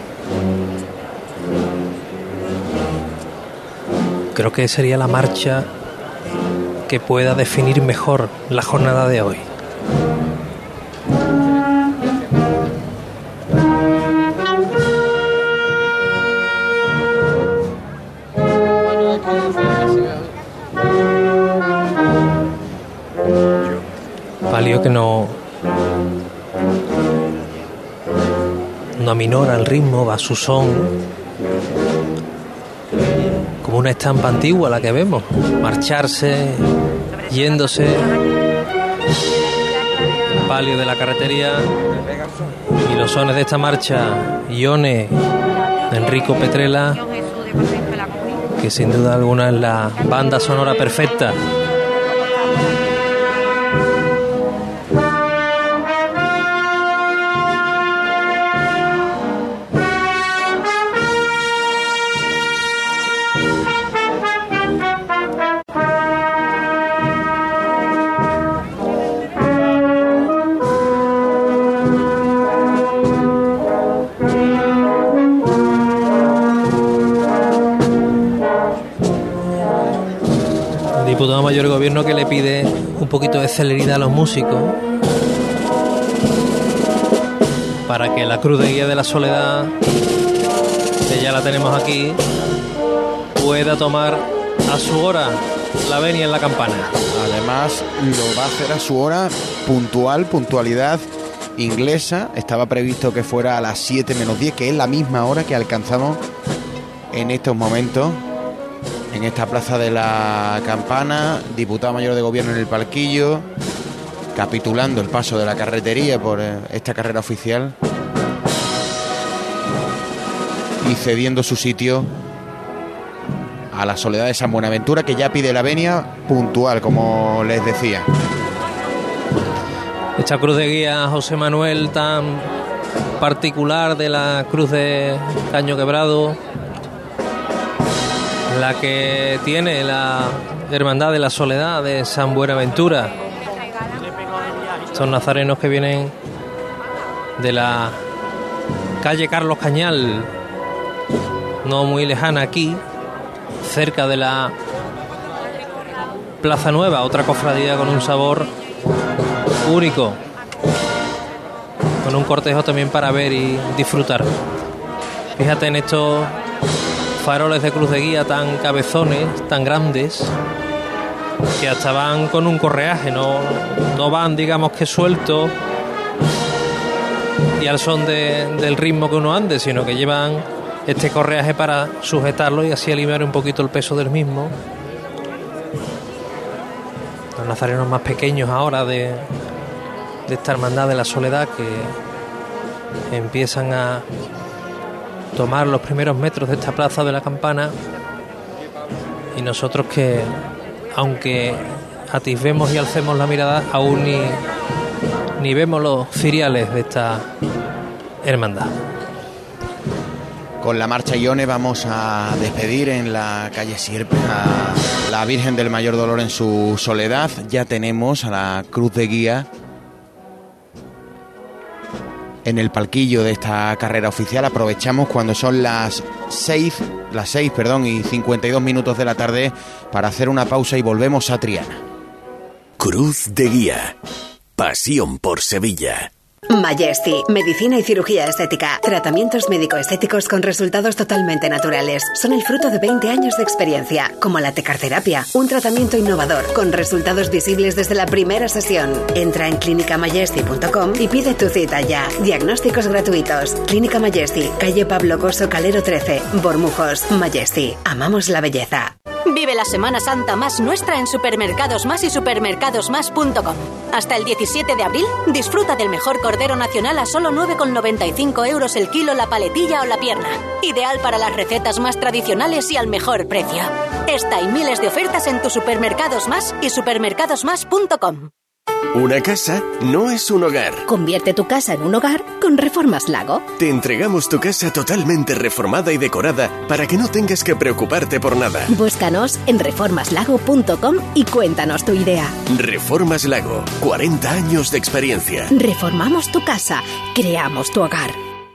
Creo que sería la marcha que pueda definir mejor la jornada de hoy. Palio que no no aminora el ritmo, va a su son, como una estampa antigua la que vemos, marcharse, yéndose. El palio de la carretería y los sones de esta marcha, Ione de Enrico Petrella, que sin duda alguna es la banda sonora perfecta. Diputado Mayor de Gobierno que le pide un poquito de celeridad a los músicos para que la cruz de guía de la soledad, que ya la tenemos aquí, pueda tomar a su hora la venia en la campana. Además lo va a hacer a su hora puntual, puntualidad inglesa. Estaba previsto que fuera a las siete menos diez, que es la misma hora que alcanzamos en estos momentos en esta plaza de la Campana. Diputado Mayor de Gobierno en el palquillo, capitulando el paso de la carretería por esta carrera oficial. y cediendo su sitio a la Soledad de San Buenaventura, que ya pide la venia puntual, como les decía. Esta cruz de guía, José Manuel, tan particular de la cruz de Caño Quebrado, la que tiene la Hermandad de la Soledad de San Buenaventura. Son nazarenos que vienen de la calle Carlos Cañal, no muy lejana aquí, cerca de la Plaza Nueva, otra cofradía con un sabor único, con un cortejo también para ver y disfrutar. Fíjate en estos faroles de cruz de guía tan cabezones, tan grandes, que hasta van con un correaje, no, no van, digamos, que sueltos y al son de, del ritmo que uno ande, sino que llevan este correaje para sujetarlo y así aliviar un poquito el peso del mismo. Los nazarenos más pequeños ahora de, de esta Hermandad de la Soledad, que empiezan a tomar los primeros metros de esta plaza de la Campana, y nosotros que, aunque atisbemos y alcemos la mirada, aún ni, ni vemos los ciriales de esta hermandad. Con la marcha Ione vamos a despedir en la calle Sierpe a la Virgen del Mayor Dolor en su soledad. Ya tenemos a la cruz de guía en el palquillo de esta carrera oficial. Aprovechamos cuando son las seis, las seis, perdón, y cincuenta y dos minutos de la tarde para hacer una pausa y volvemos a Triana. Cruz de guía. Pasión por Sevilla. Majesty, medicina y cirugía estética. Tratamientos médico-estéticos con resultados totalmente naturales. Son el fruto de veinte años de experiencia, como la tecarterapia, un tratamiento innovador con resultados visibles desde la primera sesión. Entra en clínica majesty punto com y pide tu cita ya. Diagnósticos gratuitos. Clínica Majesty, calle Pablo Coso Calero trece, Bormujos. Majesty, amamos la belleza. Vive la Semana Santa más nuestra en Supermercados Más y supermercados más punto com. Hasta el diecisiete de abril, disfruta del mejor cordero nacional a solo nueve con noventa y cinco euros el kilo, la paletilla o la pierna. Ideal para las recetas más tradicionales y al mejor precio. Esta y miles de ofertas en tus Supermercados Más y supermercados más punto com. Una casa no es un hogar. Convierte tu casa en un hogar con Reformas Lago. Te entregamos tu casa totalmente reformada y decorada para que no tengas que preocuparte por nada. Búscanos en reformas lago punto com y cuéntanos tu idea. Reformas Lago, cuarenta años de experiencia. Reformamos tu casa, creamos tu hogar.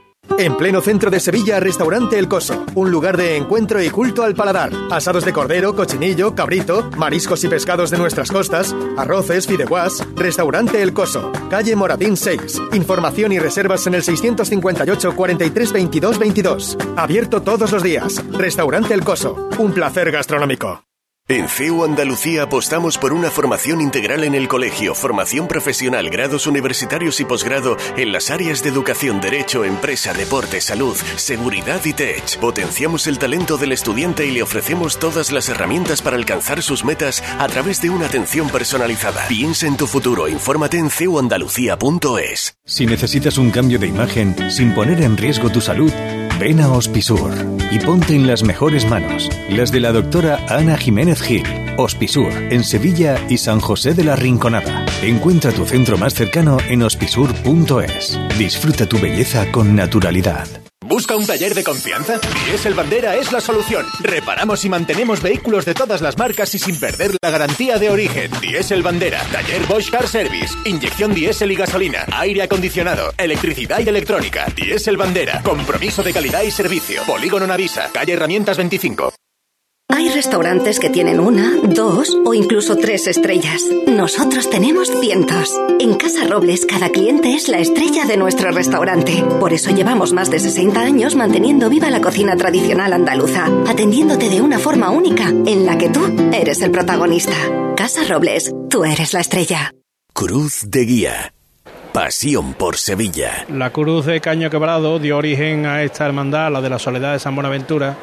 En pleno centro de Sevilla, Restaurante El Coso, un lugar de encuentro y culto al paladar. Asados de cordero, cochinillo, cabrito, mariscos y pescados de nuestras costas, arroces, fideuás. Restaurante El Coso, calle Moratín seis. Información y reservas en el seiscientos cincuenta y ocho, cuarenta y tres, veintidós, veintidós. Abierto todos los días. Restaurante El Coso, un placer gastronómico. En C E U Andalucía apostamos por una formación integral en el colegio, formación profesional, grados universitarios y posgrado en las áreas de educación, derecho, empresa, deporte, salud, seguridad y tech. Potenciamos el talento del estudiante y le ofrecemos todas las herramientas para alcanzar sus metas a través de una atención personalizada. Piensa en tu futuro, infórmate en c e u andalucía punto es. Si necesitas un cambio de imagen sin poner en riesgo tu salud, ven a Hospisur y ponte en las mejores manos, las de la doctora Ana Jiménez Gil. Hospisur, en Sevilla y San José de la Rinconada. Encuentra tu centro más cercano en hospisur punto es. Disfruta tu belleza con naturalidad. ¿Busca un taller de confianza? Diesel Bandera es la solución. Reparamos y mantenemos vehículos de todas las marcas y sin perder la garantía de origen. Diesel Bandera, taller Bosch Car Service, inyección diésel y gasolina, aire acondicionado, electricidad y electrónica. Diesel Bandera, compromiso de calidad y servicio. Polígono Navisa, calle Herramientas veinticinco. Hay restaurantes que tienen una, dos o incluso tres estrellas. Nosotros tenemos cientos. En Casa Robles, cada cliente es la estrella de nuestro restaurante. Por eso llevamos más de sesenta años manteniendo viva la cocina tradicional andaluza, atendiéndote de una forma única, en la que tú eres el protagonista. Casa Robles, tú eres la estrella. Cruz de guía. Pasión por Sevilla. La cruz de Caño Quebrado dio origen a esta hermandad, la de la Soledad de San Buenaventura,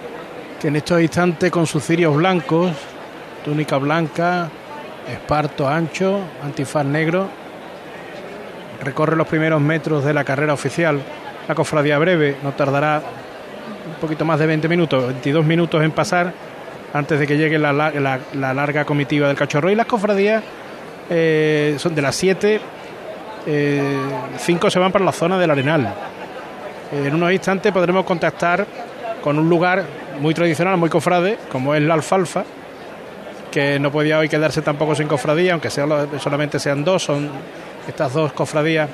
que en estos instantes, con sus cirios blancos, túnica blanca, esparto ancho, antifaz negro, recorre los primeros metros de la carrera oficial. La cofradía breve, no tardará poquito más de veinte minutos, veintidós minutos en pasar antes de que llegue la, la, la, la larga comitiva del Cachorro. Y las cofradías eh, son de las siete, eh, cinco se van para la zona del Arenal. Eh, en unos instantes podremos contactar con un lugar muy tradicional, muy cofrade, como es la Alfalfa, que no podía hoy quedarse tampoco sin cofradía, aunque sea, solamente sean dos, son estas dos cofradías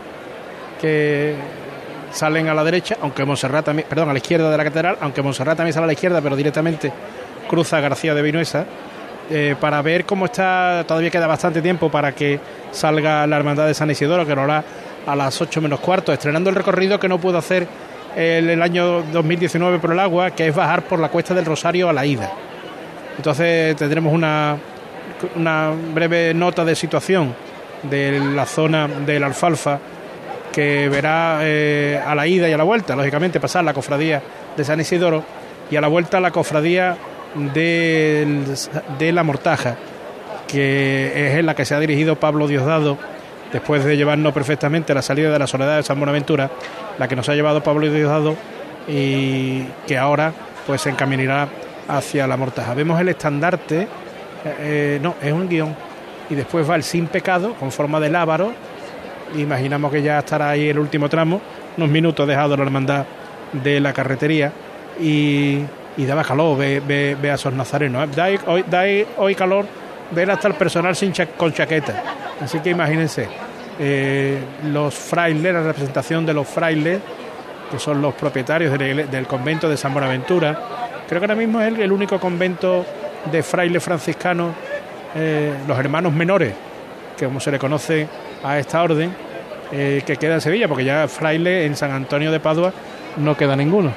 que salen a la derecha, aunque Montserrat también, perdón, a la izquierda de la catedral, aunque Montserrat también sale a la izquierda, pero directamente cruza García de Vinuesa, eh, para ver cómo está. Todavía queda bastante tiempo para que salga la Hermandad de San Isidoro, que lo hará a las ocho menos cuarto, estrenando el recorrido que no pudo hacer el, el año dos mil diecinueve por el agua, que es bajar por la Cuesta del Rosario a la ida. Entonces tendremos una, una breve nota de situación de la zona de la Alfalfa, que verá eh, a la ida y a la vuelta, lógicamente, pasar la cofradía de San Isidoro y a la vuelta la cofradía de, de la Mortaja, que es en la que se ha dirigido Pablo Diosdado después de llevarnos perfectamente la salida de la Soledad de San Buenaventura, la que nos ha llevado Pablo Diosdado y que ahora pues se encaminará hacia la Mortaja. Vemos el estandarte, eh, no, es un guión, y después va el Sin Pecado con forma de lábaro. Imaginamos que ya estará ahí el último tramo, unos minutos dejado la hermandad de la carretería, y, y daba calor ve, ve, ve a esos nazarenos, ¿eh? da, hoy, da hoy calor ver hasta el personal sin cha, con chaqueta, así que imagínense eh, los frailes, la representación de los frailes, que son los propietarios del, del convento de San Buenaventura. Creo que ahora mismo es el, el único convento de frailes franciscanos, eh, los hermanos menores, que como se le conoce a esta orden, eh, que queda en Sevilla, porque ya fraile en San Antonio de Padua no queda ninguno.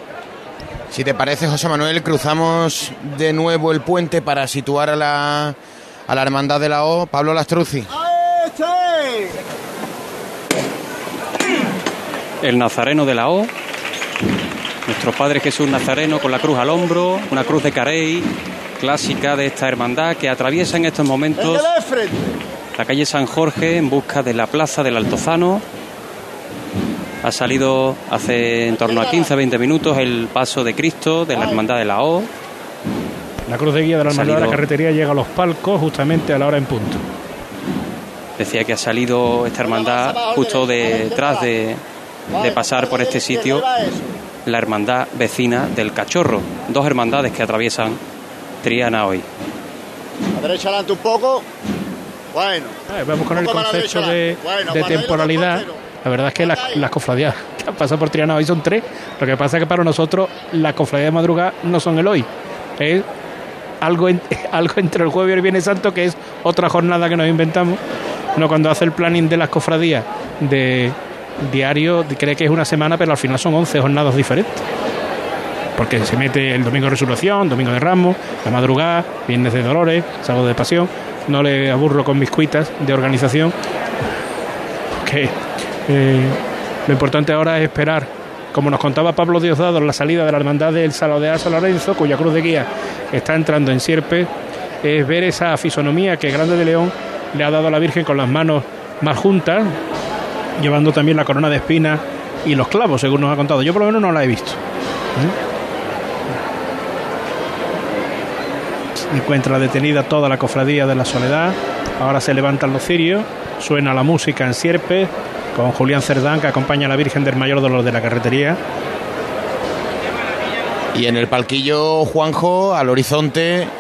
Si te parece, José Manuel, cruzamos de nuevo el puente para situar a la, a la Hermandad de la O. Pablo Lastruzzi. El Nazareno de la O, nuestro Padre Jesús Nazareno con la cruz al hombro, una cruz de carey clásica de esta hermandad que atraviesa en estos momentos la calle San Jorge en busca de la plaza del Altozano. Ha salido hace en torno a quince a veinte minutos el paso de Cristo de la Hermandad de la O. La cruz de guía de la Hermandad de la Carretería llega a los palcos justamente a la hora en punto. Decía que ha salido esta hermandad justo detrás de, de pasar por este sitio la hermandad vecina del Cachorro. Dos hermandades que atraviesan Triana hoy. A derecha adelante un poco. Bueno. Eh, vamos con el concepto de, bueno, de temporalidad. La verdad es que las, las cofradías que han pasado por Triana hoy son tres. Lo que pasa es que para nosotros las cofradías de madrugada no son el hoy. Es algo, en, algo entre el jueves y el Viernes Santo, que es otra jornada que nos inventamos. Uno cuando hace el planning de las cofradías de diario cree que es una semana, pero al final son once jornadas diferentes. Porque se mete el domingo de Resurrección, domingo de Ramos, la madrugada, Viernes de Dolores, sábado de Pasión. No le aburro con mis cuitas de organización. Que eh, lo importante ahora es esperar, como nos contaba Pablo Diosdado, la salida de la hermandad del Salaudear San Lorenzo, cuya cruz de guía está entrando en Sierpe, es ver esa fisonomía que Grande de León le ha dado a la Virgen con las manos más juntas, llevando también la corona de espinas y los clavos, según nos ha contado. Yo por lo menos no la he visto. ¿Eh? Se encuentra detenida toda la cofradía de la Soledad. Ahora se levantan los cirios, suena la música en Sierpe, con Julián Cerdán, que acompaña a la Virgen del Mayor Dolor de la Carretería. Y en el palquillo, Juanjo, al horizonte,